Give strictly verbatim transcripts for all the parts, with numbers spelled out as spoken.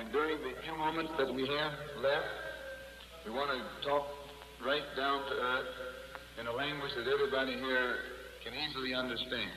during the few moments that we have left, we want to talk right down to earth in a language that everybody here can easily understand.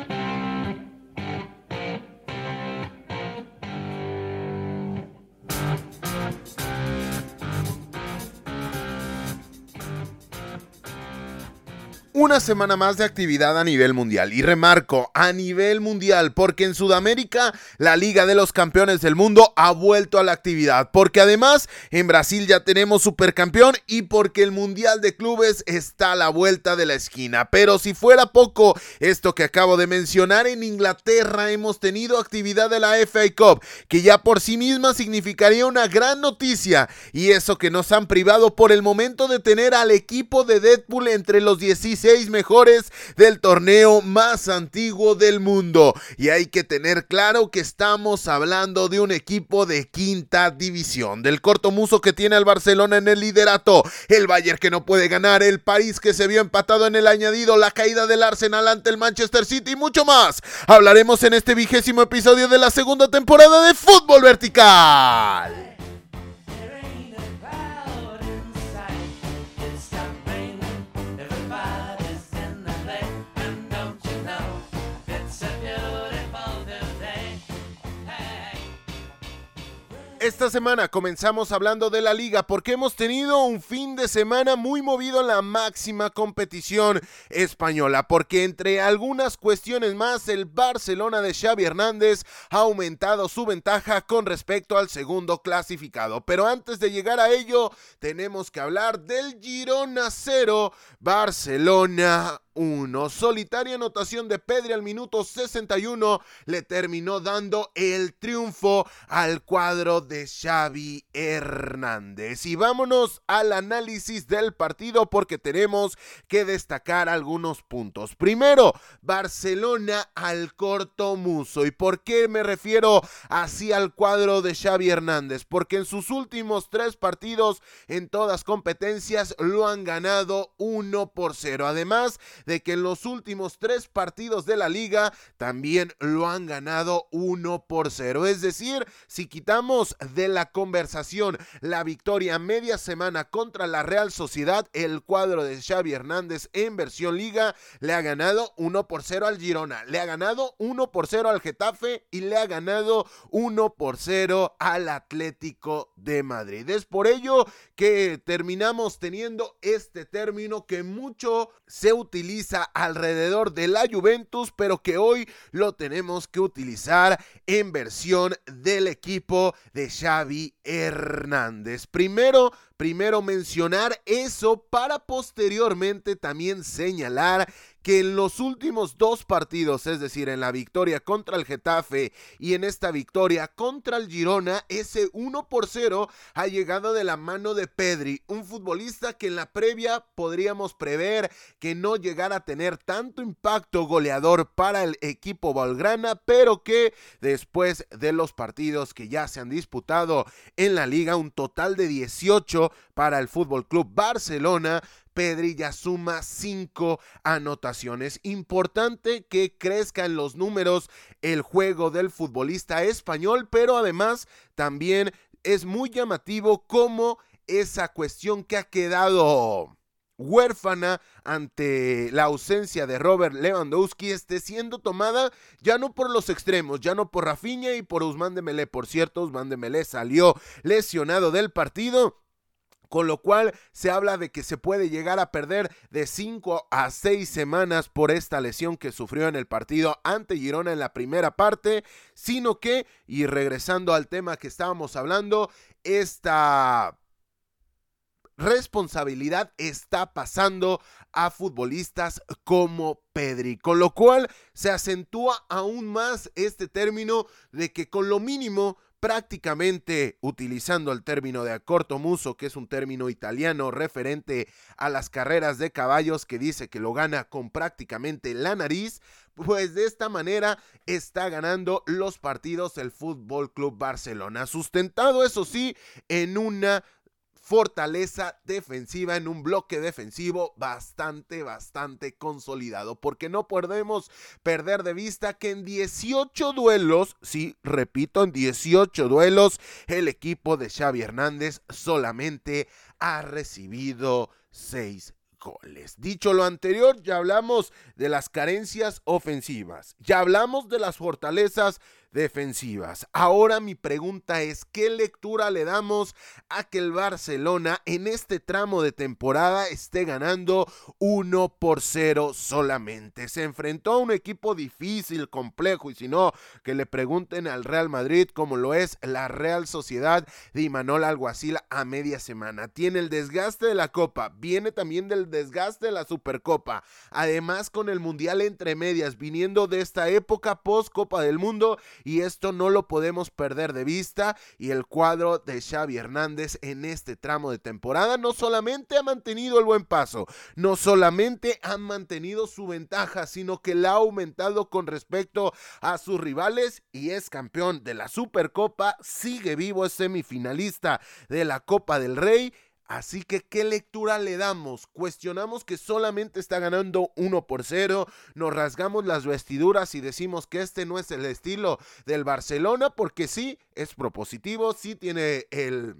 Una semana más de actividad a nivel mundial, y remarco, a nivel mundial, porque en Sudamérica la Liga de los Campeones del Mundo ha vuelto a la actividad, porque además en Brasil ya tenemos supercampeón y porque el Mundial de Clubes está a la vuelta de la esquina. Pero si fuera poco esto que acabo de mencionar, en Inglaterra hemos tenido actividad de la F A Cup, que ya por sí misma significaría una gran noticia, y eso que nos han privado por el momento de tener al equipo de Deadpool entre los dieciséis mejores del torneo más antiguo del mundo. Y hay que tener claro que estamos hablando de un equipo de quinta división, del cortomuso que tiene al Barcelona en el liderato, el Bayern que no puede ganar, el París que se vio empatado en el añadido, la caída del Arsenal ante el Manchester City y mucho más. Hablaremos en este vigésimo episodio de la segunda temporada de Fútbol Vertical. Esta semana comenzamos hablando de la Liga porque hemos tenido un fin de semana muy movido en la máxima competición española, porque entre algunas cuestiones más el Barcelona de Xavi Hernández ha aumentado su ventaja con respecto al segundo clasificado. Pero antes de llegar a ello tenemos que hablar del Girona cero, Barcelona uno. Solitaria anotación de Pedri al minuto sesenta y uno le terminó dando el triunfo al cuadro de Xavi Hernández. Y vámonos al análisis del partido porque tenemos que destacar algunos puntos. Primero, Barcelona al cortomuso. ¿Y por qué me refiero así al cuadro de Xavi Hernández? Porque en sus últimos tres partidos en todas competencias lo han ganado uno por cero. Además de que en los últimos tres partidos de la liga también lo han ganado uno por cero. Es decir, si quitamos de la conversación la victoria media semana contra la Real Sociedad, el cuadro de Xavi Hernández en versión liga le ha ganado uno por cero al Girona, le ha ganado uno por cero al Getafe y le ha ganado uno por cero al Atlético de Madrid. Es por ello que terminamos teniendo este término que mucho se utiliza alrededor de la Juventus, pero que hoy lo tenemos que utilizar en versión del equipo de Xavi Hernández. Primero, primero mencionar eso para posteriormente también señalar que en los últimos dos partidos, es decir, en la victoria contra el Getafe y en esta victoria contra el Girona, ese uno por cero ha llegado de la mano de Pedri, un futbolista que en la previa podríamos prever que no llegara a tener tanto impacto goleador para el equipo blaugrana, pero que después de los partidos que ya se han disputado en la liga, un total de dieciocho para el F C Barcelona, Pedri ya suma cinco anotaciones. Importante que crezcan los números el juego del futbolista español, pero además también es muy llamativo cómo esa cuestión que ha quedado huérfana ante la ausencia de Robert Lewandowski esté siendo tomada ya no por los extremos, ya no por Rafinha y por Ousmane Dembélé. Por cierto, Ousmane Dembélé salió lesionado del partido, con lo cual se habla de que se puede llegar a perder de cinco a seis semanas por esta lesión que sufrió en el partido ante Girona en la primera parte, sino que, y regresando al tema que estábamos hablando, esta responsabilidad está pasando a futbolistas como Pedri, con lo cual se acentúa aún más este término de que con lo mínimo, prácticamente utilizando el término de cortomuso, que es un término italiano referente a las carreras de caballos, que dice que lo gana con prácticamente la nariz, pues de esta manera está ganando los partidos el F C Barcelona, sustentado eso sí en una fortaleza defensiva en un bloque defensivo bastante, bastante consolidado, porque no podemos perder de vista que en dieciocho duelos, sí, repito, en dieciocho duelos, el equipo de Xavi Hernández solamente ha recibido seis goles. Dicho lo anterior, ya hablamos de las carencias ofensivas, ya hablamos de las fortalezas defensivas. Ahora mi pregunta es, ¿qué lectura le damos a que el Barcelona en este tramo de temporada esté ganando uno por cero solamente? Se enfrentó a un equipo difícil, complejo, y si no, que le pregunten al Real Madrid, como lo es la Real Sociedad de Imanol Alguacil a media semana. Tiene el desgaste de la Copa, viene también del desgaste de la Supercopa, además con el Mundial entre medias, viniendo de esta época post Copa del Mundo, y esto no lo podemos perder de vista. Y el cuadro de Xavi Hernández en este tramo de temporada no solamente ha mantenido el buen paso, no solamente ha mantenido su ventaja, sino que la ha aumentado con respecto a sus rivales y es campeón de la Supercopa, sigue vivo, es semifinalista de la Copa del Rey. Así que, ¿qué lectura le damos? Cuestionamos que solamente está ganando uno por cero, nos rasgamos las vestiduras y decimos que este no es el estilo del Barcelona, porque sí, es propositivo, sí tiene el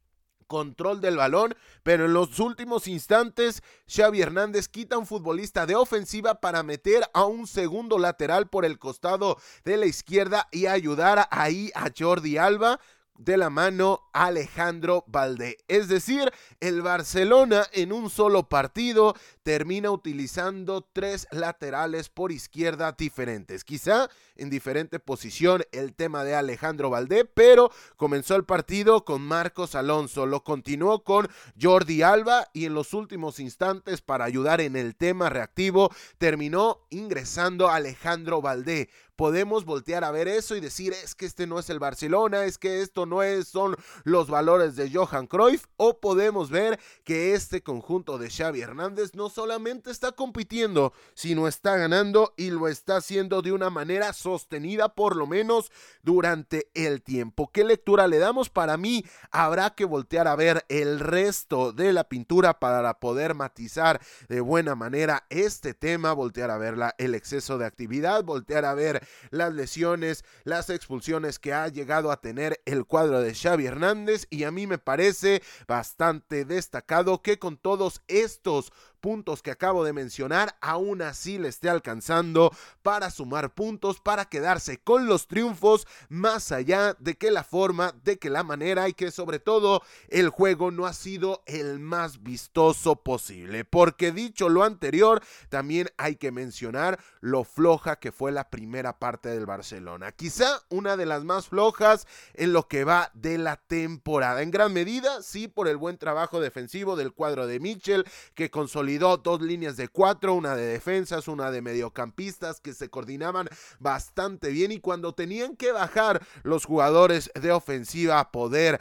control del balón, pero en los últimos instantes Xavi Hernández quita a un futbolista de ofensiva para meter a un segundo lateral por el costado de la izquierda y ayudar ahí a Jordi Alba de la mano a Alejandro Baldé. Es decir, el Barcelona en un solo partido termina utilizando tres laterales por izquierda diferentes, quizá en diferente posición el tema de Alejandro Baldé, pero comenzó el partido con Marcos Alonso, lo continuó con Jordi Alba y en los últimos instantes, para ayudar en el tema reactivo, terminó ingresando Alejandro Baldé. Podemos voltear a ver eso y decir, es que este no es el Barcelona, es que esto no es, son los valores de Johan Cruyff, o podemos ver que este conjunto de Xavi Hernández no solamente está compitiendo, sino está ganando y lo está haciendo de una manera sostenida, por lo menos durante el tiempo. ¿Qué lectura le damos? Para mí habrá que voltear a ver el resto de la pintura para poder matizar de buena manera este tema, voltear a ver la, el exceso de actividad, voltear a ver las lesiones, las expulsiones que ha llegado a tener el cuadro de Xavi Hernández, y a mí me parece bastante destacado que con todos estos puntos que acabo de mencionar, aún así le esté alcanzando para sumar puntos, para quedarse con los triunfos, más allá de que la forma, de que la manera y que sobre todo el juego no ha sido el más vistoso posible. Porque dicho lo anterior, también hay que mencionar lo floja que fue la primera parte del Barcelona. Quizá una de las más flojas en lo que va de la temporada. En gran medida, sí, por el buen trabajo defensivo del cuadro de Michel, que consolidó dos líneas de cuatro, una de defensas, una de mediocampistas, que se coordinaban bastante bien, y cuando tenían que bajar los jugadores de ofensiva a poder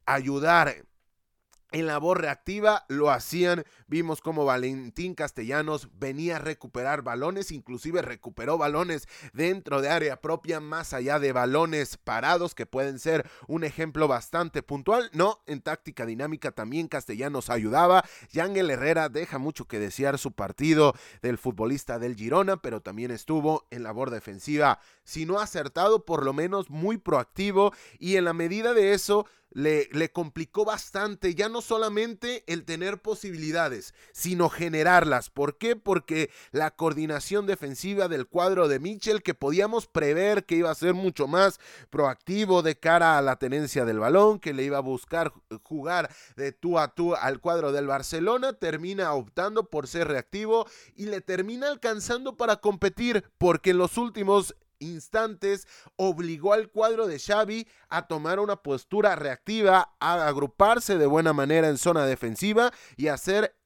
ayudar en labor reactiva, lo hacían. Vimos como Valentín Castellanos venía a recuperar balones, inclusive recuperó balones dentro de área propia, más allá de balones parados, que pueden ser un ejemplo bastante puntual. No, en táctica dinámica también Castellanos ayudaba. Yangel Herrera deja mucho que desear su partido del futbolista del Girona, pero también estuvo en labor defensiva, si no acertado, por lo menos muy proactivo, y en la medida de eso Le, le complicó bastante, ya no solamente el tener posibilidades, sino generarlas. ¿Por qué? Porque la coordinación defensiva del cuadro de Michel, que podíamos prever que iba a ser mucho más proactivo de cara a la tenencia del balón, que le iba a buscar jugar de tú a tú al cuadro del Barcelona, termina optando por ser reactivo y le termina alcanzando para competir, porque en los últimos instantes obligó al cuadro de Xavi a tomar una postura reactiva, a agruparse de buena manera en zona defensiva y hacer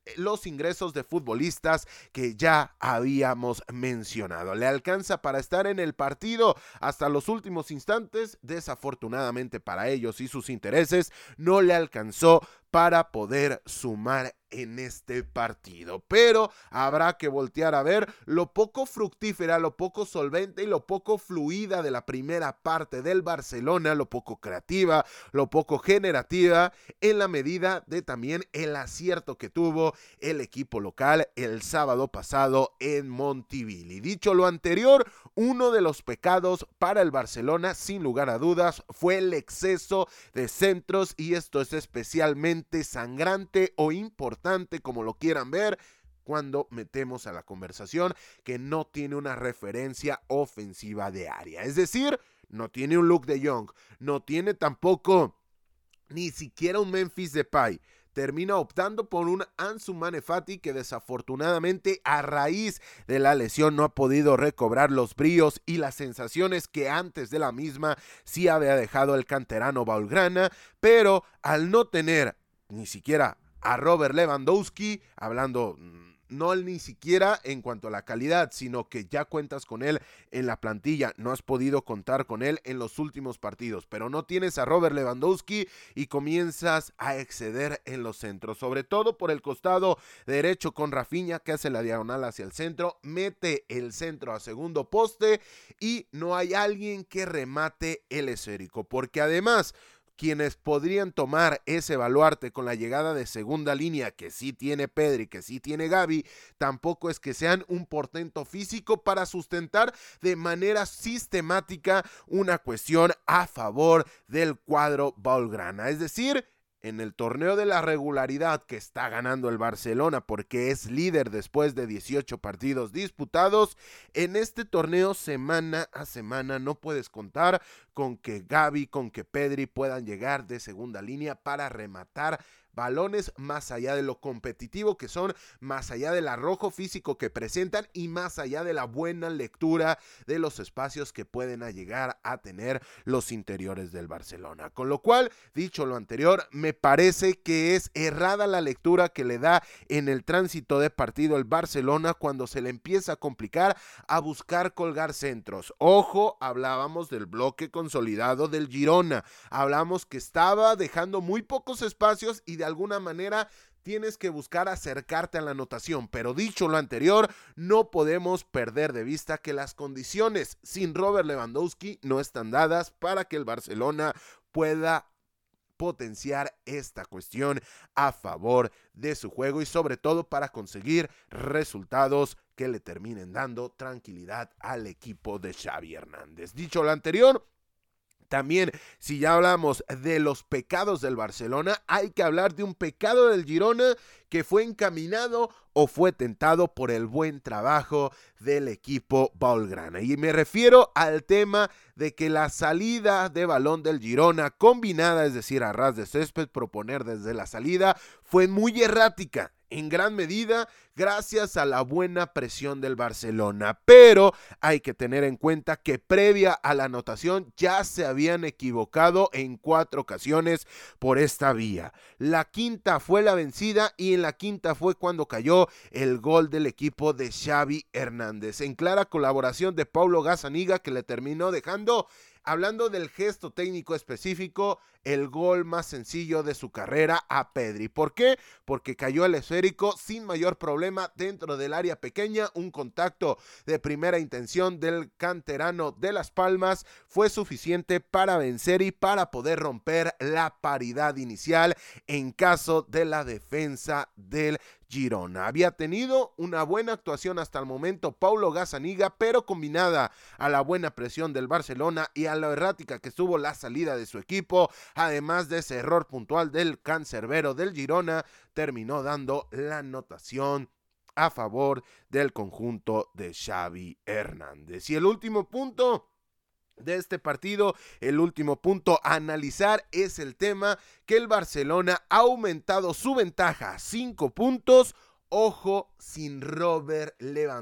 los ingresos de futbolistas que ya habíamos mencionado. Le alcanza para estar en el partido hasta los últimos instantes. Desafortunadamente para ellos y sus intereses, no le alcanzó para poder sumar en este partido, pero habrá que voltear a ver lo poco fructífera, lo poco solvente y lo poco fluida de la primera parte del Barcelona, lo poco creativa, lo poco generativa, en la medida de también el acierto que tuvo el equipo local el sábado pasado en Montivilli. Dicho lo anterior, uno de los pecados para el Barcelona, sin lugar a dudas, fue el exceso de centros, y esto es especialmente sangrante o importante, como lo quieran ver, cuando metemos a la conversación que no tiene una referencia ofensiva de área. Es decir, no tiene un Luke de Jong, no tiene tampoco ni siquiera un Memphis Depay. Termina optando por un Ansu Fati que desafortunadamente a raíz de la lesión no ha podido recobrar los bríos y las sensaciones que antes de la misma sí había dejado el canterano Blaugrana, pero al no tener ni siquiera a Robert Lewandowski, hablando no ni siquiera en cuanto a la calidad, sino que ya cuentas con él en la plantilla, no has podido contar con él en los últimos partidos, pero no tienes a Robert Lewandowski y comienzas a exceder en los centros, sobre todo por el costado derecho con Rafinha, que hace la diagonal hacia el centro, mete el centro a segundo poste y no hay alguien que remate el esférico, porque además quienes podrían tomar ese baluarte con la llegada de segunda línea que sí tiene Pedri, que sí tiene Gavi, tampoco es que sean un portento físico para sustentar de manera sistemática una cuestión a favor del cuadro blaugrana. Es decir, en el torneo de la regularidad que está ganando el Barcelona porque es líder después de dieciocho partidos disputados, en este torneo semana a semana no puedes contar con que Gavi, con que Pedri puedan llegar de segunda línea para rematar balones más allá de lo competitivo que son, más allá del arrojo físico que presentan y más allá de la buena lectura de los espacios que pueden llegar a tener los interiores del Barcelona. Con lo cual, dicho lo anterior, me parece que es errada la lectura que le da en el tránsito de partido el Barcelona cuando se le empieza a complicar a buscar colgar centros. Ojo, hablábamos del bloque consolidado del Girona, hablamos que estaba dejando muy pocos espacios y de alguna manera tienes que buscar acercarte a la anotación, pero dicho lo anterior, no podemos perder de vista que las condiciones sin Robert Lewandowski no están dadas para que el Barcelona pueda potenciar esta cuestión a favor de su juego y sobre todo para conseguir resultados que le terminen dando tranquilidad al equipo de Xavi Hernández. Dicho lo anterior, también, si ya hablamos de los pecados del Barcelona, hay que hablar de un pecado del Girona que fue encaminado o fue tentado por el buen trabajo del equipo blaugrana. Y me refiero al tema de que la salida de balón del Girona combinada, es decir, a ras de césped, proponer desde la salida, fue muy errática. En gran medida gracias a la buena presión del Barcelona, pero hay que tener en cuenta que previa a la anotación ya se habían equivocado en cuatro ocasiones por esta vía. La quinta fue la vencida y en la quinta fue cuando cayó el gol del equipo de Xavi Hernández, en clara colaboración de Paulo Gazzaniga, que le terminó dejando, hablando del gesto técnico específico, el gol más sencillo de su carrera a Pedri. ¿Por qué? Porque cayó el esférico sin mayor problema dentro del área pequeña. Un contacto de primera intención del canterano de Las Palmas fue suficiente para vencer y para poder romper la paridad inicial en caso de la defensa del Girona. Había tenido una buena actuación hasta el momento Paulo Gazzaniga, pero combinada a la buena presión del Barcelona y a la errática que estuvo la salida de su equipo, además de ese error puntual del cancerbero del Girona, terminó dando la anotación a favor del conjunto de Xavi Hernández. Y el último punto de este partido, el último punto a analizar es el tema que el Barcelona ha aumentado su ventaja a cinco puntos, ojo, sin Robert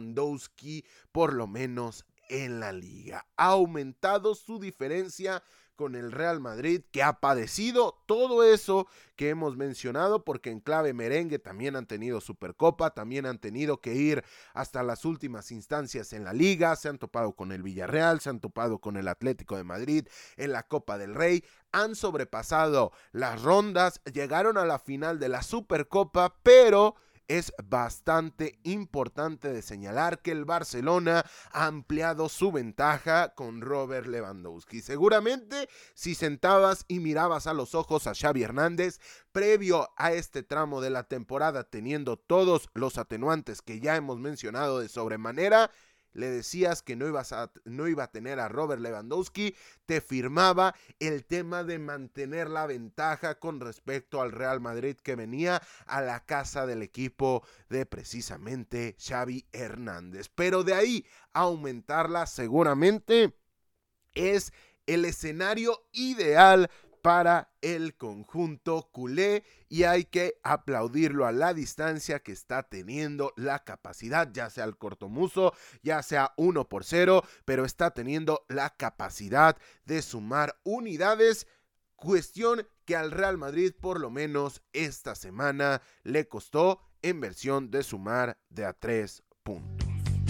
Lewandowski, por lo menos en la liga. Ha aumentado su diferencia con el Real Madrid, que ha padecido todo eso que hemos mencionado, porque en clave merengue también han tenido Supercopa, también han tenido que ir hasta las últimas instancias en la Liga, se han topado con el Villarreal, se han topado con el Atlético de Madrid en la Copa del Rey, han sobrepasado las rondas, llegaron a la final de la Supercopa, pero es bastante importante de señalar que el Barcelona ha ampliado su ventaja con Robert Lewandowski. Seguramente si sentabas y mirabas a los ojos a Xavi Hernández previo a este tramo de la temporada, teniendo todos los atenuantes que ya hemos mencionado de sobremanera, le decías que no, ibas a, no iba a tener a Robert Lewandowski, te firmaba el tema de mantener la ventaja con respecto al Real Madrid, que venía a la casa del equipo de precisamente Xavi Hernández. Pero de ahí a aumentarla seguramente es el escenario ideal para el conjunto culé, y hay que aplaudirlo a la distancia que está teniendo, la capacidad, ya sea el cortomuso, ya sea uno por cero, pero está teniendo la capacidad de sumar unidades, cuestión que al Real Madrid por lo menos esta semana le costó en versión de sumar de a tres puntos.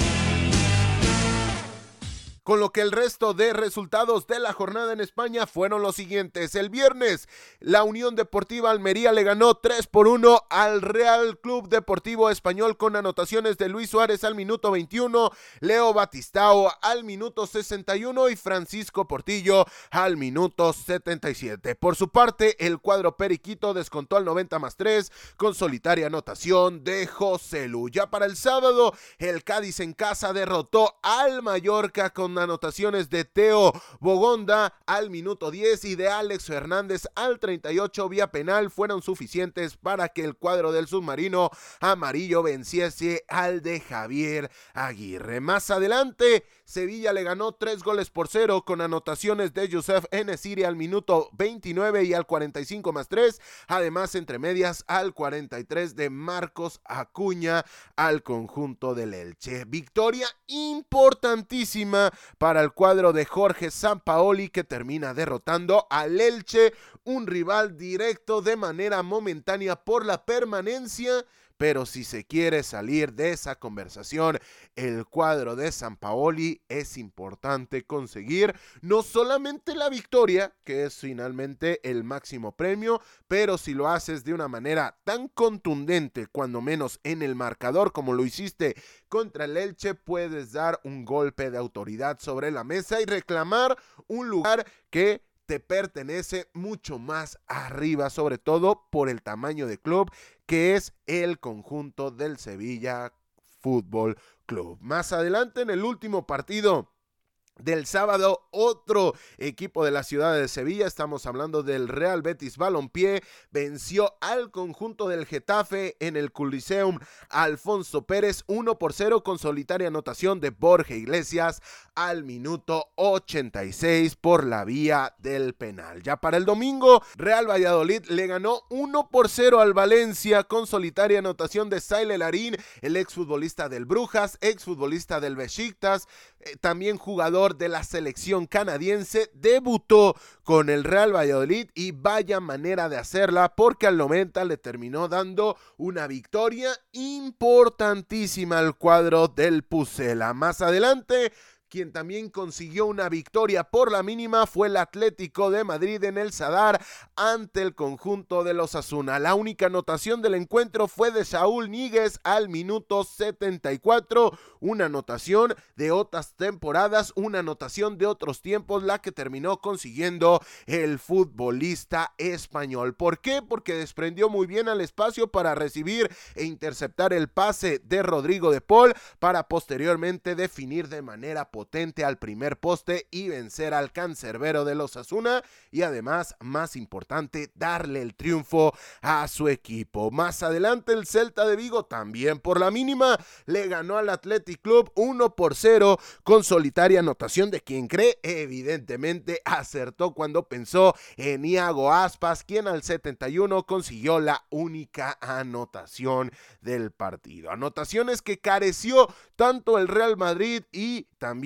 Con lo que el resto de resultados de la jornada en España fueron los siguientes. El viernes, la Unión Deportiva Almería le ganó tres por uno al Real Club Deportivo Español con anotaciones de Luis Suárez al minuto veintiuno, Leo Batistao al minuto sesenta y uno y Francisco Portillo al minuto setenta y siete. Por su parte, el cuadro periquito descontó al noventa más tres con solitaria anotación de José Lu. Ya para el sábado, el Cádiz en casa derrotó al Mallorca con anotaciones de Teo Bogonda al minuto diez y de Alex Fernández al treinta y ocho vía penal fueron suficientes para que el cuadro del submarino amarillo venciese al de Javier Aguirre. Más adelante, Sevilla le ganó tres goles por cero con anotaciones de Youssef En-Nesyri al minuto veintinueve y al cuarenta y cinco más tres, además entre medias al cuarenta y tres de Marcos Acuña al conjunto del Elche. Victoria importantísima para el cuadro de Jorge Sampaoli, que termina derrotando al Elche, un rival directo de manera momentánea por la permanencia, pero si se quiere salir de esa conversación, el cuadro de Sampaoli es importante conseguir no solamente la victoria, que es finalmente el máximo premio, pero si lo haces de una manera tan contundente, cuando menos en el marcador como lo hiciste contra el Elche, puedes dar un golpe de autoridad sobre la mesa y reclamar un lugar que te pertenece mucho más arriba, sobre todo por el tamaño de club que es el conjunto del Sevilla Fútbol Club. Más adelante, en el último partido del sábado, otro equipo de la ciudad de Sevilla, estamos hablando del Real Betis Balompié, venció al conjunto del Getafe en el Coliseum Alfonso Pérez uno por cero con solitaria anotación de Borja Iglesias al minuto ochenta y seis por la vía del penal. Ya para el domingo, Real Valladolid le ganó uno por cero al Valencia con solitaria anotación de Saile Larín, el exfutbolista del Brujas, exfutbolista del Besiktas, eh, también jugador de la selección canadiense, debutó con el Real Valladolid y vaya manera de hacerla, porque al noventa le terminó dando una victoria importantísima al cuadro del Pucela. Más adelante, quien también consiguió una victoria por la mínima fue el Atlético de Madrid en el Sadar ante el conjunto de los Osasuna. La única anotación del encuentro fue de Saúl Ñíguez al minuto setenta y cuatro, una anotación de otras temporadas, una anotación de otros tiempos, la que terminó consiguiendo el futbolista español. ¿Por qué? Porque desprendió muy bien al espacio para recibir e interceptar el pase de Rodrigo de Paul para posteriormente definir de manera potente potente al primer poste y vencer al cancerbero de los Osasuna, y además, más importante, darle el triunfo a su equipo. Más adelante, el Celta de Vigo, también por la mínima, le ganó al Athletic Club uno por cero con solitaria anotación de quien cree, evidentemente acertó cuando pensó en Iago Aspas, quien al setenta y uno consiguió la única anotación del partido. Anotaciones que careció tanto el Real Madrid y también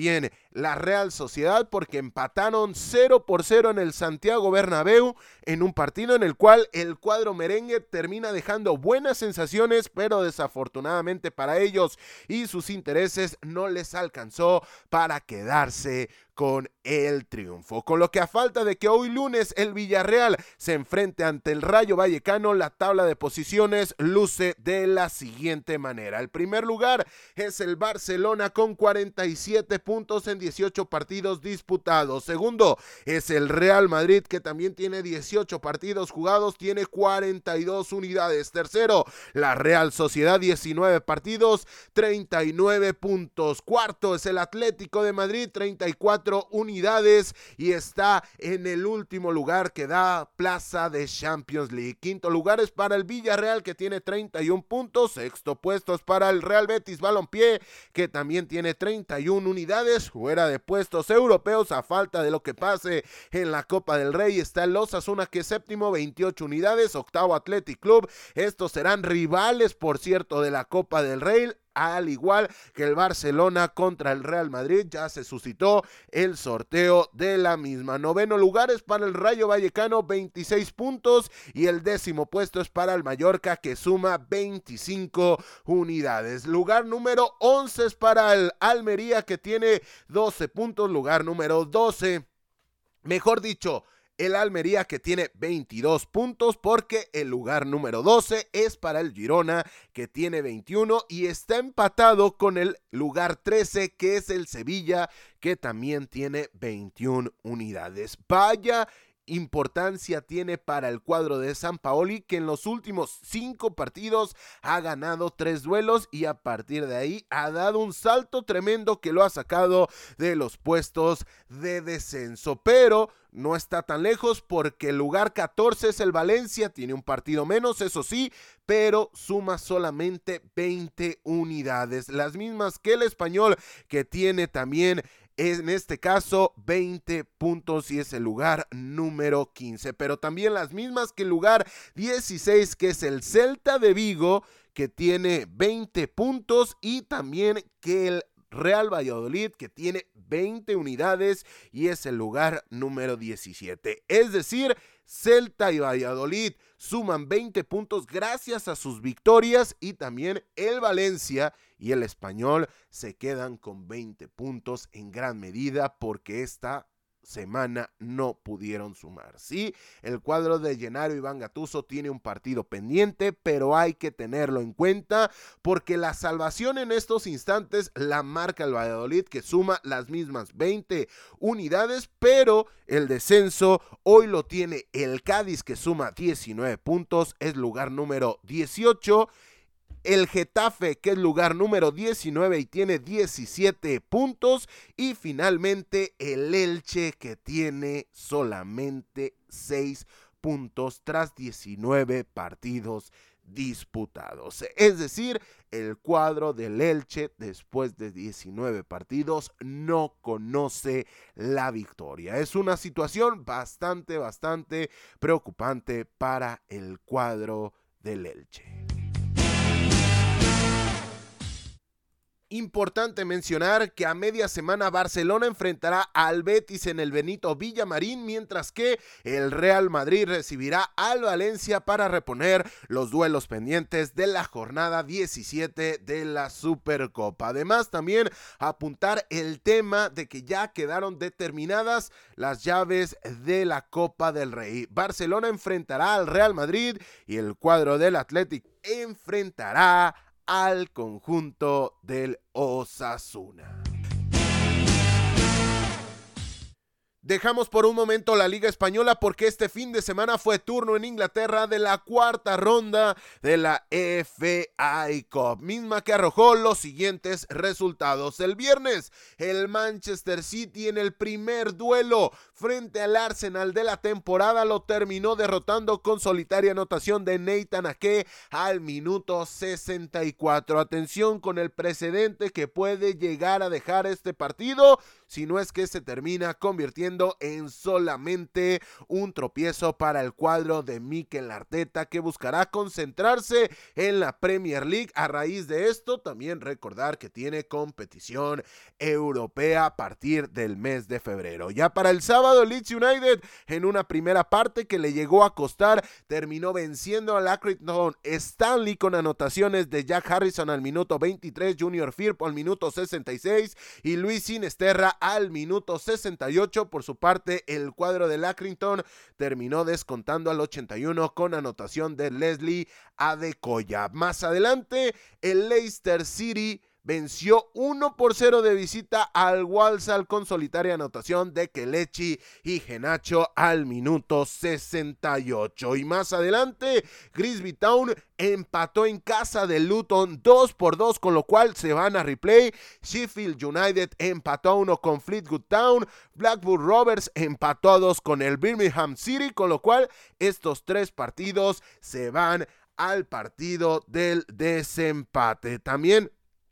también la Real Sociedad, porque empataron cero por cero en el Santiago Bernabéu, en un partido en el cual el cuadro merengue termina dejando buenas sensaciones, pero desafortunadamente para ellos y sus intereses no les alcanzó para quedarse con el triunfo. Con lo que a falta de que hoy lunes el Villarreal se enfrente ante el Rayo Vallecano, la tabla de posiciones luce de la siguiente manera. El primer lugar es el Barcelona con cuarenta y siete puntos en dieciocho partidos disputados. Segundo es el Real Madrid, que también tiene dieciocho partidos jugados, tiene cuarenta y dos unidades. Tercero, la Real Sociedad, diecinueve partidos, treinta y nueve puntos. Cuarto es el Atlético de Madrid, treinta y cuatro unidades, y está en el último lugar que da plaza de Champions League. Quinto lugar es para el Villarreal, que tiene treinta y un puntos. Sexto puesto es para el Real Betis Balompié, que también tiene treinta y una unidades. Fuera de puestos europeos, a falta de lo que pase en la Copa del Rey, está el Osasuna, que es séptimo, veintiocho unidades. Octavo, Athletic Club. Estos serán rivales, por cierto, de la Copa del Rey, al igual que el Barcelona contra el Real Madrid. Ya se suscitó el sorteo de la misma. Noveno lugar es para el Rayo Vallecano, veintiséis puntos, y el décimo puesto es para el Mallorca, que suma veinticinco unidades. Lugar número once es para el Almería, que tiene doce puntos. Lugar número doce, mejor dicho, el Almería, que tiene veintidós puntos, porque el lugar número doce es para el Girona, que tiene veintiuno y está empatado con el lugar trece, que es el Sevilla, que también tiene veintiuna unidades. Vaya importancia tiene para el cuadro de Sampaoli, que en los últimos cinco partidos ha ganado tres duelos y a partir de ahí ha dado un salto tremendo que lo ha sacado de los puestos de descenso, pero no está tan lejos, porque el lugar catorce es el Valencia, tiene un partido menos, eso sí, pero suma solamente veinte unidades, las mismas que el Español, que tiene también en este caso veinte puntos y es el lugar número quince, pero también las mismas que el lugar dieciséis, que es el Celta de Vigo, que tiene veinte puntos, y también que el Real Valladolid, que tiene veinte unidades y es el lugar número diecisiete. Es decir, Celta y Valladolid suman veinte puntos gracias a sus victorias, y también el Valencia y el Español se quedan con veinte puntos en gran medida porque esta semana no pudieron sumar. Sí, el cuadro de Gennaro Iván Gattuso tiene un partido pendiente, pero hay que tenerlo en cuenta porque la salvación en estos instantes la marca el Valladolid, que suma las mismas veinte unidades, pero el descenso hoy lo tiene el Cádiz, que suma diecinueve puntos, es lugar número dieciocho. El Getafe, que es lugar número diecinueve y tiene diecisiete puntos, y finalmente el Elche, que tiene solamente seis puntos tras diecinueve partidos disputados. Es decir, el cuadro del Elche, después de diecinueve partidos, no conoce la victoria. Es una situación bastante, bastante preocupante para el cuadro del Elche. Importante mencionar que a media semana Barcelona enfrentará al Betis en el Benito Villamarín, mientras que el Real Madrid recibirá al Valencia para reponer los duelos pendientes de la jornada diecisiete de la Supercopa. Además, también apuntar el tema de que ya quedaron determinadas las llaves de la Copa del Rey. Barcelona enfrentará al Real Madrid y el cuadro del Athletic enfrentará al conjunto del Osasuna. Dejamos por un momento la Liga Española porque este fin de semana fue turno en Inglaterra de la cuarta ronda de la F A Cup, misma que arrojó los siguientes resultados. El viernes, el Manchester City en el primer duelo frente al Arsenal de la temporada lo terminó derrotando con solitaria anotación de Nathan Ake al minuto sesenta y cuatro. Atención con el precedente que puede llegar a dejar este partido, si no es que se termina convirtiendo en solamente un tropiezo para el cuadro de Mikel Arteta, que buscará concentrarse en la Premier League. A raíz de esto, también recordar que tiene competición europea a partir del mes de febrero. Ya para el sábado, Leeds United, en una primera parte que le llegó a costar, terminó venciendo al Accrington Stanley con anotaciones de Jack Harrison al minuto veintitrés, Junior Firpo al minuto sesenta y seis y Luis Sinisterra al minuto sesenta y ocho. Por su parte, el cuadro del Accrington terminó descontando al ochenta y uno con anotación de Leslie Adekoya. Más adelante, el Leicester City venció uno por cero de visita al Walsall con solitaria anotación de Kelechi Iheanacho al minuto sesenta y ocho. Y más adelante, Grimsby Town empató en casa de Luton dos por dos, con lo cual se van a replay. Sheffield United empató a uno con Fleetwood Town. Blackburn Rovers empató a dos con el Birmingham City, con lo cual estos tres partidos se van al partido del desempate. También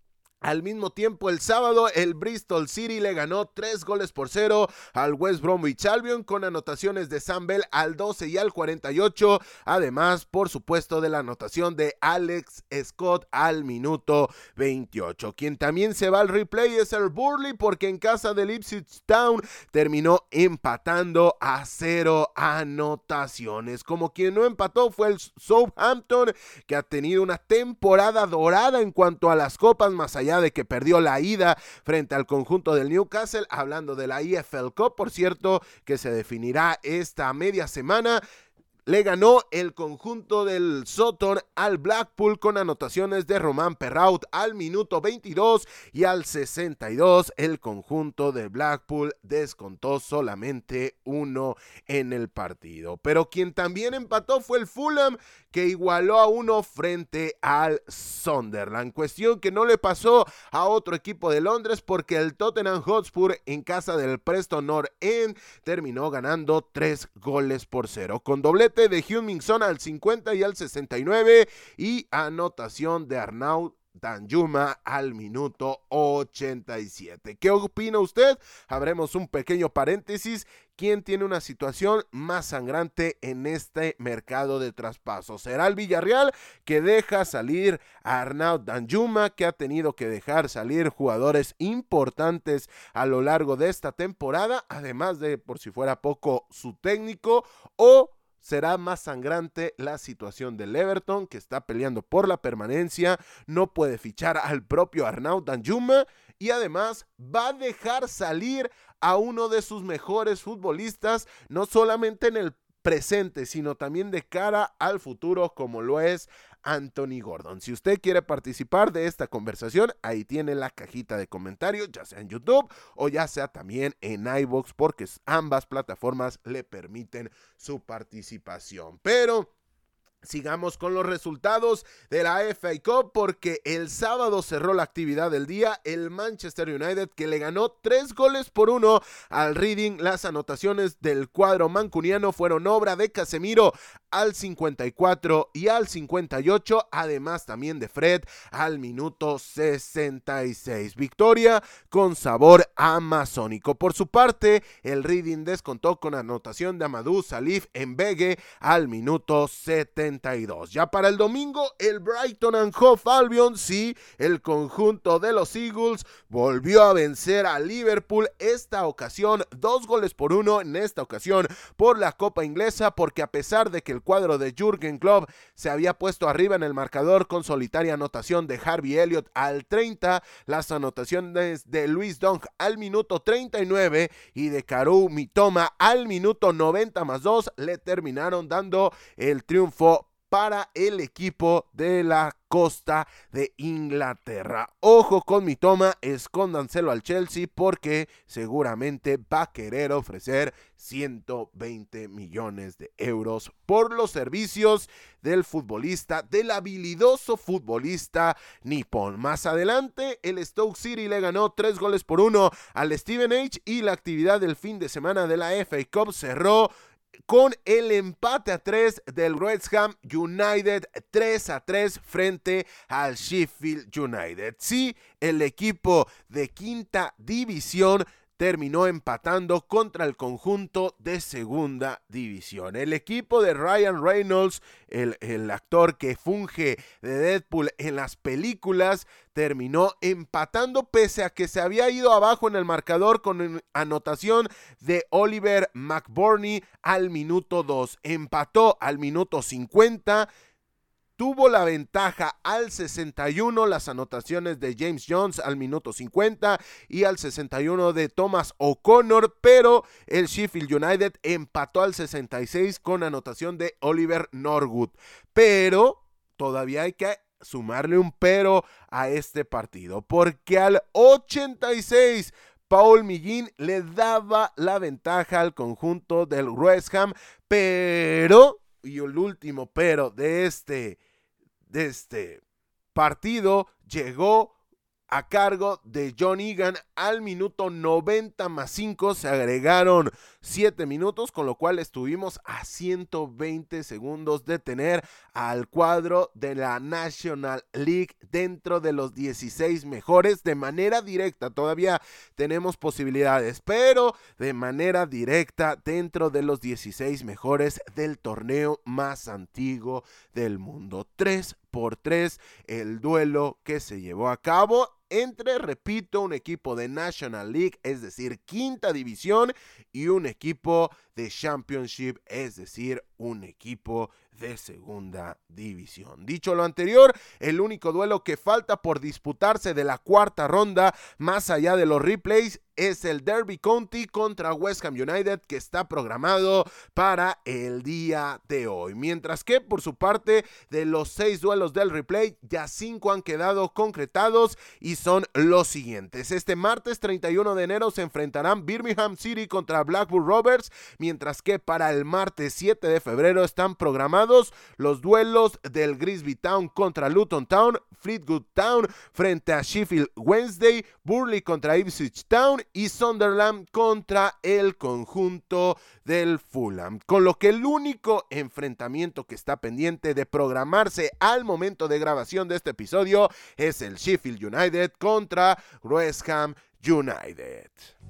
al mismo tiempo, el sábado, el Bristol City le ganó tres goles por cero al West Bromwich Albion con anotaciones de Sam Bell al doce y al cuarenta y ocho. Además, por supuesto, de la anotación de Alex Scott al minuto veintiocho. Quien también se va al replay es el Burnley, porque en casa del Ipswich Town terminó empatando a cero anotaciones. Como quien no empató fue el Southampton, que ha tenido una temporada dorada en cuanto a las copas, más allá de que perdió la ida frente al conjunto del Newcastle. Hablando de la E F L Cup, por cierto, que se definirá esta media semana, le ganó el conjunto del Sutton al Blackpool con anotaciones de Román Perrault al minuto veintidós y al sesenta y dos. El conjunto de Blackpool descontó solamente uno en el partido. Pero quien también empató fue el Fulham, que igualó a uno frente al Sunderland. Cuestión que no le pasó a otro equipo de Londres, porque el Tottenham Hotspur en casa del Preston North End terminó ganando tres goles por cero, con doblete de Heung-min Son al cincuenta y al sesenta y nueve y anotación de Arnaud Danjuma al minuto ochenta y siete. ¿Qué opina usted? Abremos un pequeño paréntesis. ¿Quién tiene una situación más sangrante en este mercado de traspasos? ¿Será el Villarreal, que deja salir a Arnaud Danjuma, que ha tenido que dejar salir jugadores importantes a lo largo de esta temporada, además de, por si fuera poco, su técnico? ¿O será más sangrante la situación del Everton, que está peleando por la permanencia, no puede fichar al propio Arnaud Danjuma y además va a dejar salir a uno de sus mejores futbolistas, no solamente en el presente, sino también de cara al futuro, como lo es Anthony Gordon? Si usted quiere participar de esta conversación, ahí tiene la cajita de comentarios, ya sea en YouTube o ya sea también en iVoox, porque ambas plataformas le permiten su participación. Pero sigamos con los resultados de la F A Cup, porque el sábado cerró la actividad del día el Manchester United, que le ganó tres goles por uno al Reading. Las anotaciones del cuadro mancuniano fueron obra de Casemiro al cincuenta y cuatro y al cincuenta y ocho, además también de Fred al minuto sesenta y seis. Victoria con sabor amazónico. Por su parte, el Reading descontó con anotación de Amadou Salif Mbege al minuto setenta y dos. Ya para el domingo, el Brighton and Hove Albion, sí, el conjunto de los Eagles, volvió a vencer a Liverpool, esta ocasión dos goles por uno, en esta ocasión por la Copa Inglesa, porque a pesar de que el cuadro de Jürgen Klopp se había puesto arriba en el marcador con solitaria anotación de Harvey Elliott al treinta, las anotaciones de Luis Dunk al minuto treinta y nueve y de Karu Mitoma al minuto noventa más dos le terminaron dando el triunfo para el equipo de la costa de Inglaterra. Ojo con mi toma, escóndanselo al Chelsea porque seguramente va a querer ofrecer ciento veinte millones de euros por los servicios del futbolista, del habilidoso futbolista nipón. Más adelante, el Stoke City le ganó tres goles por uno al Stevenage y la actividad del fin de semana de la F A Cup cerró con el empate a tres del West Ham United, tres a tres frente al Sheffield United. Sí, el equipo de quinta división terminó empatando contra el conjunto de segunda división. El equipo de Ryan Reynolds, el, el actor que funge de Deadpool en las películas, terminó empatando pese a que se había ido abajo en el marcador con anotación de Oliver McBurney al minuto dos. Empató al minuto cincuenta. Tuvo la ventaja al sesenta y uno, las anotaciones de James Jones al minuto cincuenta y al sesenta y uno de Thomas O'Connor, pero el Sheffield United empató al sesenta y seis con anotación de Oliver Norwood. Pero todavía hay que sumarle un pero a este partido, porque al ochenta y seis Paul Millín le daba la ventaja al conjunto del West Ham, pero... Y el último pero de este, de este partido llegó a cargo de John Egan al minuto noventa más cinco. Se agregaron siete minutos, con lo cual estuvimos a ciento veinte segundos de tener al cuadro de la National League dentro de los dieciséis mejores de manera directa. Todavía tenemos posibilidades, pero de manera directa dentro de los dieciséis mejores del torneo más antiguo del mundo. tres por tres el duelo que se llevó a cabo entre, repito, un equipo de National League, es decir, quinta división, y un equipo de Championship, es decir, un equipo de segunda división. Dicho lo anterior, el único duelo que falta por disputarse de la cuarta ronda, más allá de los replays, es el Derby County contra West Ham United, que está programado para el día de hoy. Mientras que, por su parte, de los seis duelos del replay, ya cinco han quedado concretados y son los siguientes. Este martes treinta y uno de enero se enfrentarán Birmingham City contra Blackburn Rovers, mientras que para el martes siete de febrero están programados los duelos del Grimsby Town contra Luton Town, Fleetwood Town frente a Sheffield Wednesday, Burnley contra Ipswich Town y Sunderland contra el conjunto del Fulham. Con lo que el único enfrentamiento que está pendiente de programarse al momento de grabación de este episodio es el Sheffield United contra West Ham United.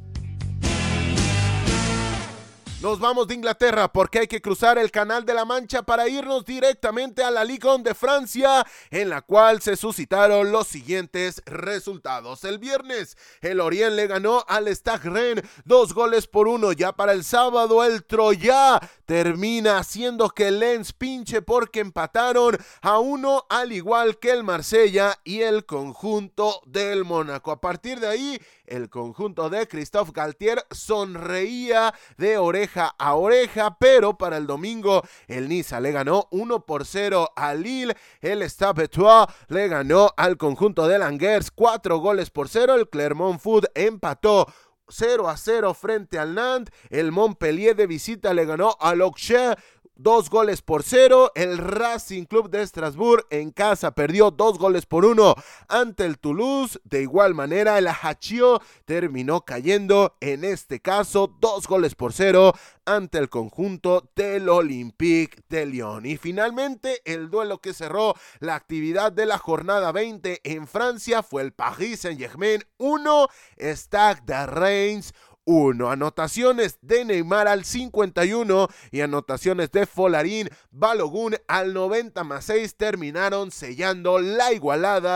Nos vamos de Inglaterra porque hay que cruzar el Canal de la Mancha para irnos directamente a la Ligue uno de Francia, en la cual se suscitaron los siguientes resultados. El viernes, el Orient le ganó al Stade Rennes dos goles por uno. Ya para el sábado, el Troyes termina haciendo que el Lens pinche porque empataron a uno, al igual que el Marsella y el conjunto del Mónaco. A partir de ahí, el conjunto de Christophe Galtier sonreía de oreja a oreja, pero para el domingo el Niza le ganó uno por cero al Lille, el Stade Brestois le ganó al conjunto de Langers cuatro goles por cero, el Clermont Foot empató cero a cero frente al Nantes, el Montpellier de visita le ganó al Auxerre dos goles por cero, el Racing Club de Estrasburgo en casa perdió dos goles por uno ante el Toulouse. De igual manera, el Ajaccio terminó cayendo, en este caso, dos goles por cero ante el conjunto del Olympique de Lyon. Y finalmente, el duelo que cerró la actividad de la jornada veinte en Francia fue el Paris Saint-Germain uno, Stade de Reims uno. Anotaciones de Neymar al cincuenta y uno y anotaciones de Folarin Balogun al noventa más seis terminaron sellando la igualada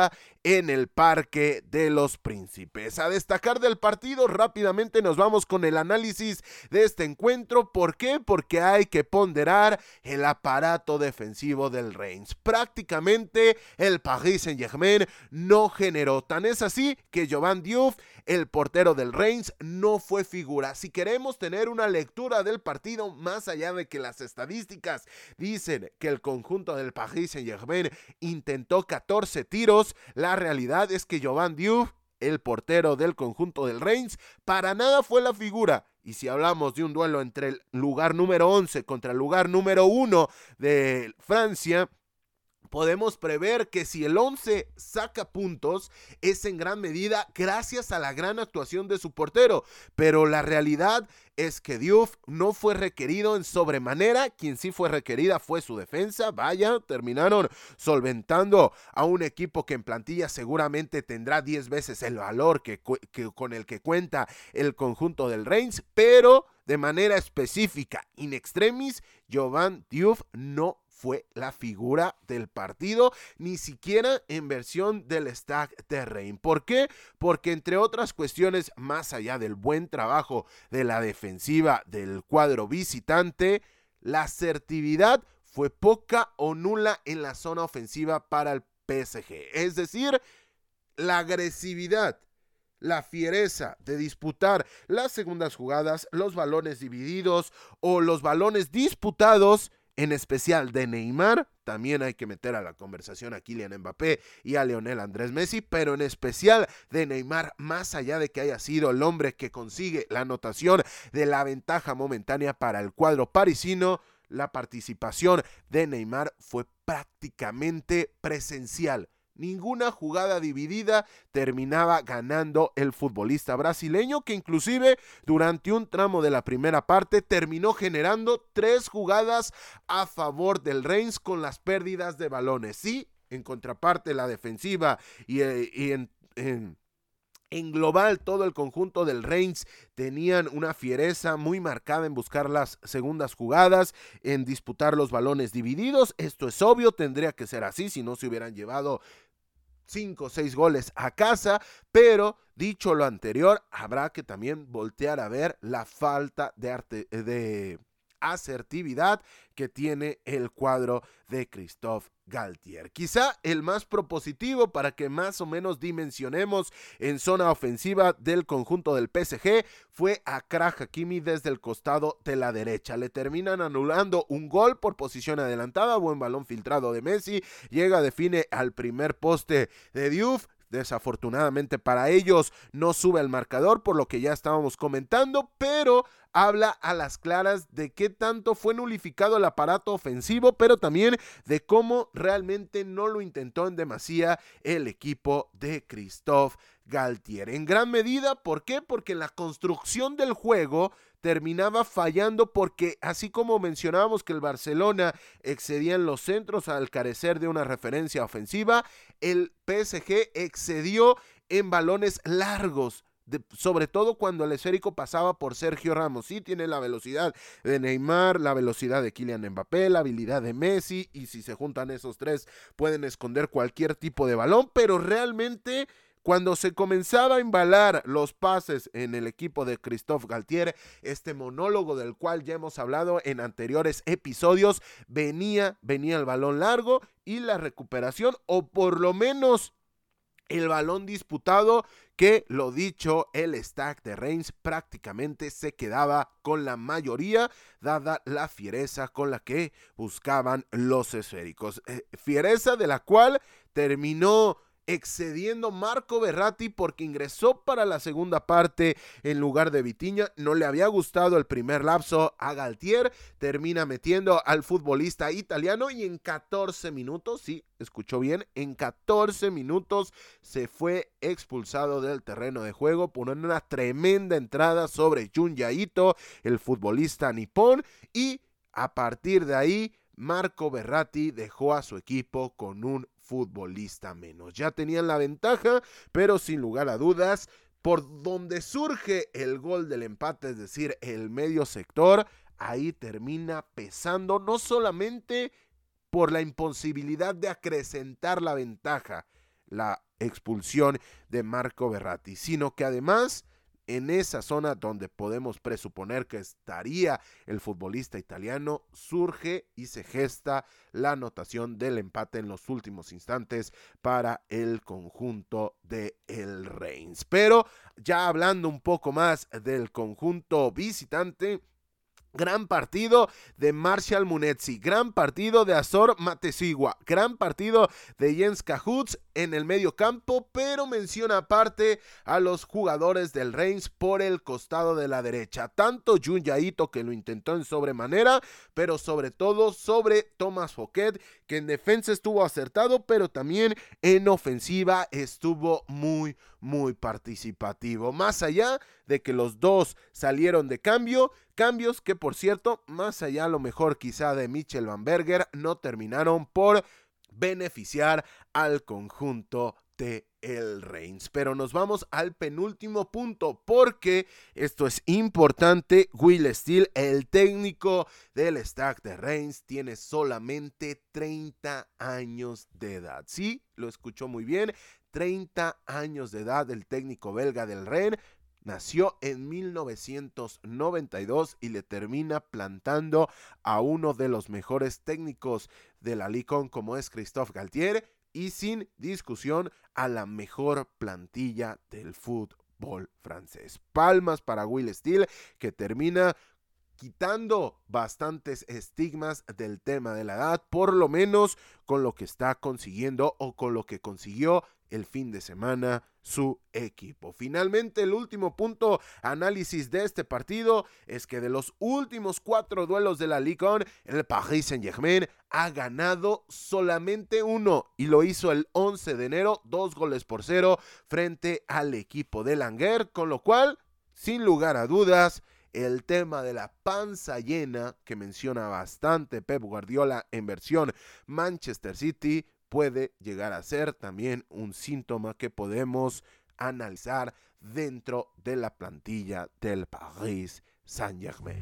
en el Parque de los Príncipes. A destacar del partido, rápidamente nos vamos con el análisis de este encuentro. ¿Por qué? Porque hay que ponderar el aparato defensivo del Reims. Prácticamente el Paris Saint-Germain no generó, tan es así que Jovan Diouf, el portero del Reims, no fue figura. Si queremos tener una lectura del partido, más allá de que las estadísticas dicen que el conjunto del Paris Saint-Germain intentó catorce tiros, la realidad es que Jovan Diouf, el portero del conjunto del Reims, para nada fue la figura. Y si hablamos de un duelo entre el lugar número once contra el lugar número uno de Francia, podemos prever que si el once saca puntos es en gran medida gracias a la gran actuación de su portero, pero la realidad es que Diouf no fue requerido en sobremanera. Quien sí fue requerida fue su defensa. Vaya, terminaron solventando a un equipo que en plantilla seguramente tendrá diez veces el valor que, que, con el que cuenta el conjunto del Reims, pero de manera específica, in extremis, Jovan Diouf no fue la figura del partido, ni siquiera en versión del Stade de Reims. ¿Por qué? Porque entre otras cuestiones, más allá del buen trabajo de la defensiva del cuadro visitante, la asertividad fue poca o nula en la zona ofensiva para el P S G. Es decir, la agresividad, la fiereza de disputar las segundas jugadas, los balones divididos o los balones disputados, en especial de Neymar. También hay que meter a la conversación a Kylian Mbappé y a Lionel Andrés Messi, pero en especial de Neymar, más allá de que haya sido el hombre que consigue la anotación de la ventaja momentánea para el cuadro parisino, la participación de Neymar fue prácticamente presencial. Ninguna jugada dividida terminaba ganando el futbolista brasileño, que inclusive durante un tramo de la primera parte terminó generando tres jugadas a favor del Reims con las pérdidas de balones. Sí, en contraparte la defensiva y, y en, en En global, todo el conjunto del Reims tenían una fiereza muy marcada en buscar las segundas jugadas, en disputar los balones divididos. Esto es obvio, tendría que ser así, si no se hubieran llevado cinco o seis goles a casa, pero dicho lo anterior, habrá que también voltear a ver la falta de, arte, de asertividad que tiene el cuadro de Christophe Galtier. Quizá el más propositivo para que más o menos dimensionemos en zona ofensiva del conjunto del P S G fue Achraf Hakimi desde el costado de la derecha. Le terminan anulando un gol por posición adelantada, buen balón filtrado de Messi, llega, define al primer poste de Diouf. Desafortunadamente para ellos no sube el marcador, por lo que ya estábamos comentando, pero habla a las claras de qué tanto fue nulificado el aparato ofensivo, pero también de cómo realmente no lo intentó en demasía el equipo de Christophe Galtier. En gran medida, ¿por qué? Porque la construcción del juego terminaba fallando, porque así como mencionábamos que el Barcelona excedía en los centros al carecer de una referencia ofensiva, el P S G excedió en balones largos, de, sobre todo cuando el esférico pasaba por Sergio Ramos. Sí, tiene la velocidad de Neymar, la velocidad de Kylian Mbappé, la habilidad de Messi, y si se juntan esos tres pueden esconder cualquier tipo de balón, pero realmente cuando se comenzaba a embalar los pases en el equipo de Christophe Galtier, este monólogo del cual ya hemos hablado en anteriores episodios, venía, venía el balón largo y la recuperación, o por lo menos el balón disputado, que lo dicho, el Stade de Reims prácticamente se quedaba con la mayoría, dada la fiereza con la que buscaban los esféricos. Eh, fiereza de la cual terminó excediendo Marco Verratti, porque ingresó para la segunda parte en lugar de Vitinha. No le había gustado el primer lapso a Galtier, termina metiendo al futbolista italiano y en catorce minutos, sí, escuchó bien, en catorce minutos se fue expulsado del terreno de juego por una tremenda entrada sobre Junya Ito, el futbolista nipón, y a partir de ahí Marco Verratti dejó a su equipo con un futbolista menos. Ya tenían la ventaja, pero sin lugar a dudas, por donde surge el gol del empate, es decir, el medio sector, ahí termina pesando, no solamente por la imposibilidad de acrecentar la ventaja, la expulsión de Marco Verratti, sino que además en esa zona donde podemos presuponer que estaría el futbolista italiano, surge y se gesta la anotación del empate en los últimos instantes para el conjunto de el Reims. Pero ya hablando un poco más del conjunto visitante, gran partido de Martial Munetsi, gran partido de Azor Matesigua, gran partido de Jens Cajuts en el medio campo, pero menciona aparte a los jugadores del Reims por el costado de la derecha, tanto Jun Yaito, que lo intentó en sobremanera, pero sobre todo sobre Thomas Fouquet, que en defensa estuvo acertado, pero también en ofensiva estuvo muy muy participativo, más allá de que los dos salieron de cambio, cambios que por cierto, más allá a lo mejor quizá de Michel Van Berger, no terminaron por beneficiar al conjunto de el Reims. Pero nos vamos al penúltimo punto, porque esto es importante. Will Steele, el técnico del Stade de Reims, tiene solamente treinta años de edad. Sí, lo escuchó muy bien, treinta años de edad el técnico belga del Rennes. Nació en mil novecientos noventa y dos y le termina plantando a uno de los mejores técnicos de la Ligue uno como es Christophe Galtier, y sin discusión a la mejor plantilla del fútbol francés. Palmas para Will Steele, que termina quitando bastantes estigmas del tema de la edad, por lo menos con lo que está consiguiendo o con lo que consiguió el fin de semana su equipo. Finalmente, el último punto análisis de este partido es que de los últimos cuatro duelos de la Ligue uno, el Paris Saint-Germain ha ganado solamente uno y lo hizo el once de enero, dos goles por cero frente al equipo de Languer, con lo cual, sin lugar a dudas, el tema de la panza llena que menciona bastante Pep Guardiola en versión Manchester City puede llegar a ser también un síntoma que podemos analizar dentro de la plantilla del Paris Saint-Germain.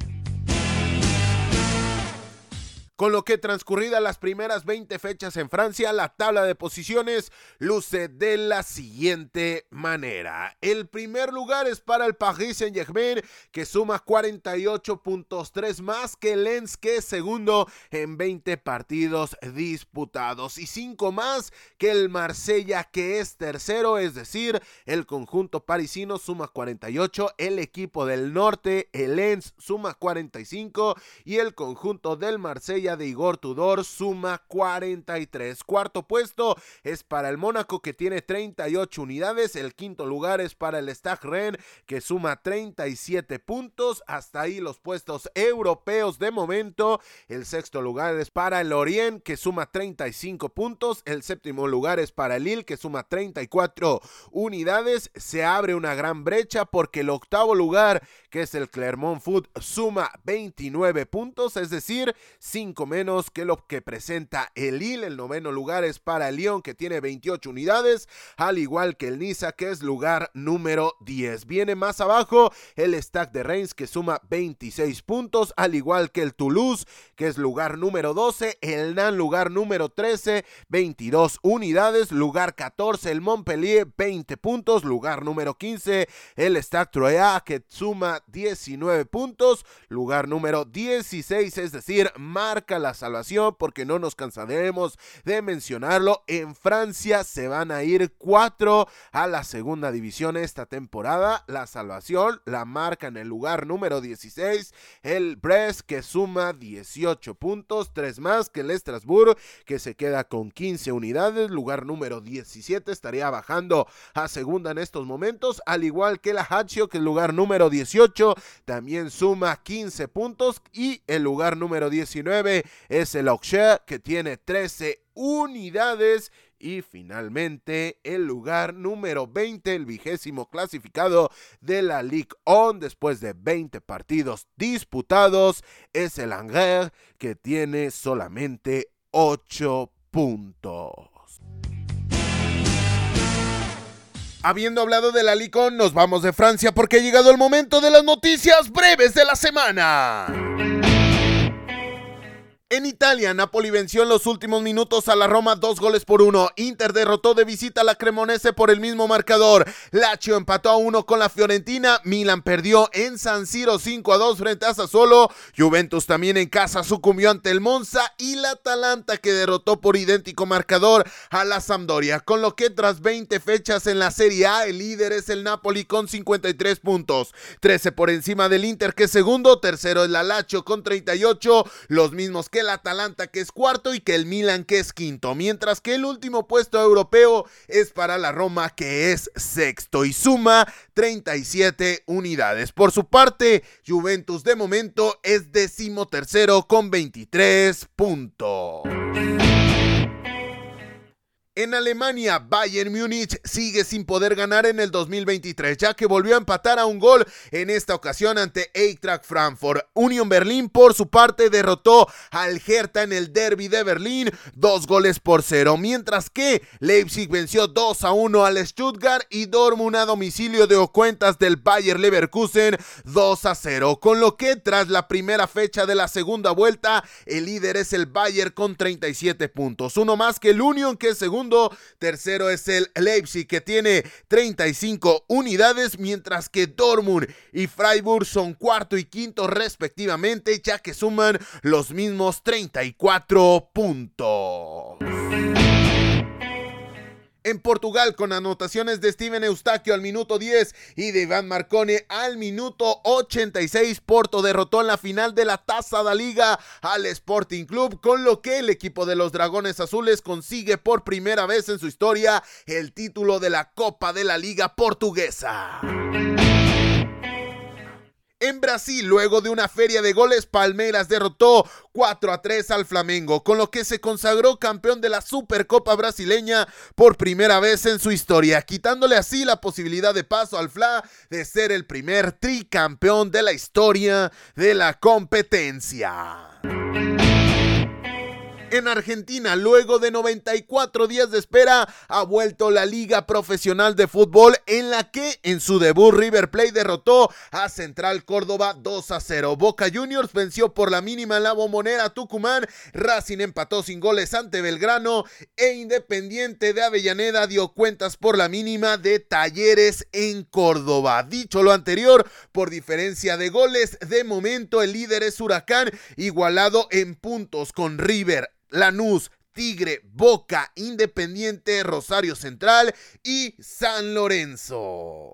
Con lo que transcurridas las primeras veinte fechas en Francia, la tabla de posiciones luce de la siguiente manera. El primer lugar es para el Paris Saint-Germain, que suma cuarenta y ocho puntos, tres más que el Lens, que es segundo en veinte partidos disputados, y cinco más que el Marsella, que es tercero, es decir, el conjunto parisino suma cuarenta y ocho, el equipo del norte, el Lens, suma cuarenta y cinco, y el conjunto del Marsella de Igor Tudor suma cuarenta y tres. Cuarto puesto es para el Mónaco, que tiene treinta y ocho unidades. El quinto lugar es para el Stade Rennes, que suma treinta y siete puntos. Hasta ahí los puestos europeos de momento. El sexto lugar es para el Lorient, que suma treinta y cinco puntos. El séptimo lugar es para el Lille, que suma treinta y cuatro unidades. Se abre una gran brecha porque el octavo lugar, que es el Clermont Foot, suma veintinueve puntos, es decir, cinco menos que lo que presenta el Lille. El noveno lugar es para el Lyon, que tiene veintiocho unidades, al igual que el Niza, que es lugar número diez. Viene más abajo el Stade de Reims, que suma veintiséis puntos, al igual que el Toulouse, que es lugar número doce, el Nantes lugar número trece, veintidós unidades, lugar catorce el Montpellier, veinte puntos, lugar número quince el Stade Troyes, que suma diecinueve puntos, lugar número dieciséis, es decir, marca la salvación, porque no nos cansaremos de mencionarlo. En Francia se van a ir cuatro a la segunda división esta temporada. La salvación la marca en el lugar número dieciséis el Brest, que suma dieciocho puntos, tres más que el Estrasburgo, que se queda con quince unidades. Lugar número diecisiete estaría bajando a segunda en estos momentos, al igual que la Lazio, que el lugar número dieciocho también suma quince puntos, y el lugar número diecinueve es el Auxerre, que tiene trece unidades. Y finalmente el lugar número veinte, el vigésimo clasificado de la Ligue uno después de veinte partidos disputados, es el Angers, que tiene solamente ocho puntos. Habiendo hablado de la Ligue uno, nos vamos de Francia, porque ha llegado el momento de las noticias breves de la semana. En Italia, Napoli venció en los últimos minutos a la Roma dos goles por uno. Inter derrotó de visita a la Cremonese por el mismo marcador. Lazio empató a uno con la Fiorentina. Milan perdió en San Siro cinco a dos frente a Sassuolo. Juventus también en casa sucumbió ante el Monza. Y la Atalanta que derrotó por idéntico marcador a la Sampdoria. Con lo que tras veinte fechas en la Serie A, el líder es el Napoli con cincuenta y tres puntos. trece por encima del Inter que es segundo. Tercero es la Lazio con treinta y ocho. Los mismos que el Atalanta que es cuarto y que el Milan que es quinto, mientras que el último puesto europeo es para la Roma que es sexto y suma treinta y siete unidades. Por su parte, Juventus de momento es decimotercero con veintitrés puntos. En Alemania, Bayern Múnich sigue sin poder ganar en el dos mil veintitrés, ya que volvió a empatar a un gol en esta ocasión ante Eintracht Frankfurt. Union Berlin, por su parte, derrotó al Hertha en el derbi de Berlín, dos goles por cero, mientras que Leipzig venció dos a uno al Stuttgart y Dortmund a domicilio dio cuentas del Bayer Leverkusen dos a cero, con lo que tras la primera fecha de la segunda vuelta, el líder es el Bayern con treinta y siete puntos, uno más que el Union que es segundo. Tercero es el Leipzig que tiene treinta y cinco unidades, mientras que Dortmund y Freiburg son cuarto y quinto respectivamente, ya que suman los mismos treinta y cuatro puntos. En Portugal, con anotaciones de Steven Eustáquio al minuto diez y de Iván Marcone al minuto ochenta y seis, Porto derrotó en la final de la Taça da Liga al Sporting Club, con lo que el equipo de los Dragones Azules consigue por primera vez en su historia el título de la Copa de la Liga Portuguesa. En Brasil, luego de una feria de goles, Palmeiras derrotó cuatro a tres al Flamengo, con lo que se consagró campeón de la Supercopa brasileña por primera vez en su historia, quitándole así la posibilidad de paso al F L A de ser el primer tricampeón de la historia de la competencia. En Argentina, luego de noventa y cuatro días de espera, ha vuelto la Liga Profesional de Fútbol, en la que en su debut River Plate derrotó a Central Córdoba dos a cero. Boca Juniors venció por la mínima en la Bombonera Tucumán, Racing empató sin goles ante Belgrano e Independiente de Avellaneda dio cuentas por la mínima de Talleres en Córdoba. Dicho lo anterior, por diferencia de goles, de momento el líder es Huracán, igualado en puntos con River, Lanús, Tigre, Boca, Independiente, Rosario Central y San Lorenzo.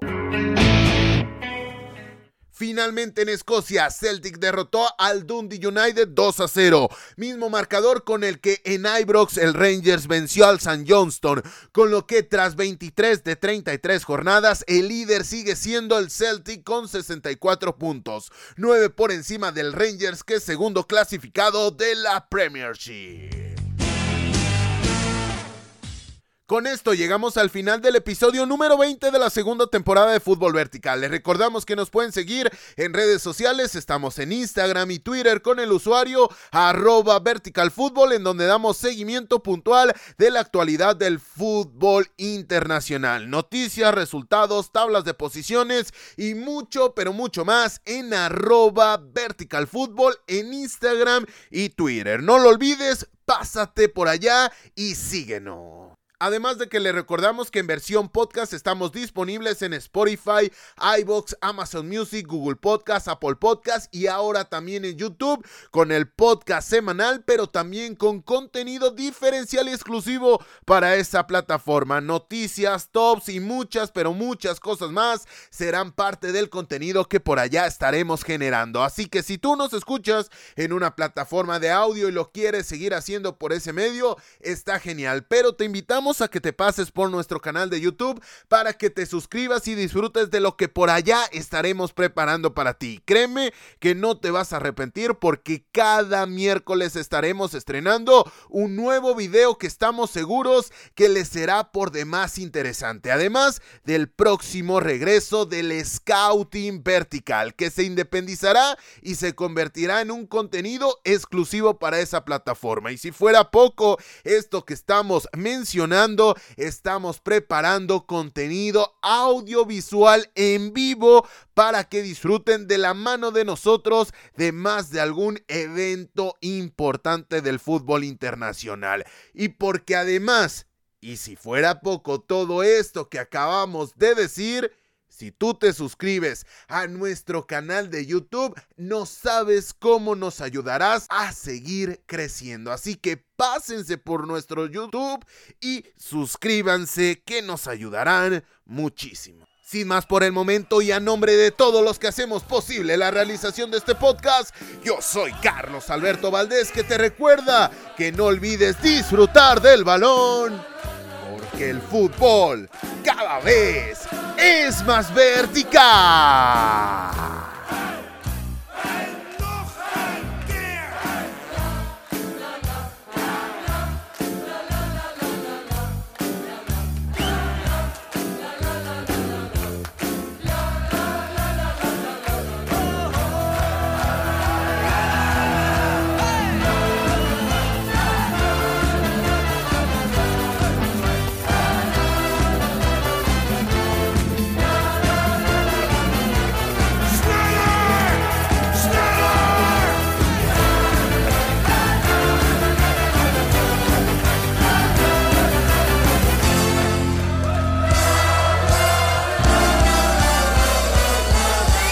Finalmente en Escocia, Celtic derrotó al Dundee United dos a cero, mismo marcador con el que en Ibrox el Rangers venció al St Johnstone, con lo que tras veintitrés de treinta y tres jornadas, el líder sigue siendo el Celtic con sesenta y cuatro puntos, nueve por encima del Rangers que es segundo clasificado de la Premiership. Con esto llegamos al final del episodio número veinte de la segunda temporada de Fútbol Vertical. Les recordamos que nos pueden seguir en redes sociales, estamos en Instagram y Twitter con el usuario arroba verticalfútbol, en donde damos seguimiento puntual de la actualidad del fútbol internacional. Noticias, resultados, tablas de posiciones y mucho, pero mucho más en arroba verticalfútbol en Instagram y Twitter. No lo olvides, pásate por allá y síguenos. Además de que le recordamos que en versión podcast estamos disponibles en Spotify, iVoox, Amazon Music, Google Podcast, Apple Podcast y ahora también en YouTube con el podcast semanal, pero también con contenido diferencial y exclusivo para esa plataforma. Noticias, tops y muchas, pero muchas cosas más serán parte del contenido que por allá estaremos generando. Así que si tú nos escuchas en una plataforma de audio y lo quieres seguir haciendo por ese medio, está genial, pero te invitamos a que te pases por nuestro canal de YouTube para que te suscribas y disfrutes de lo que por allá estaremos preparando para ti. Créeme que no te vas a arrepentir porque cada miércoles estaremos estrenando un nuevo video que estamos seguros que les será por demás interesante. Además del próximo regreso del Scouting Vertical, que se independizará y se convertirá en un contenido exclusivo para esa plataforma. Y si fuera poco esto que estamos mencionando, mencionando, estamos preparando contenido audiovisual en vivo para que disfruten de la mano de nosotros de más de algún evento importante del fútbol internacional. Y porque además, y si fuera poco todo esto que acabamos de decir, si tú te suscribes a nuestro canal de YouTube, no sabes cómo nos ayudarás a seguir creciendo. Así que pásense por nuestro YouTube y suscríbanse, que nos ayudarán muchísimo. Sin más por el momento, y a nombre de todos los que hacemos posible la realización de este podcast, yo soy Carlos Alberto Valdés, que te recuerda que no olvides disfrutar del balón, porque el fútbol cada vez es más vertical.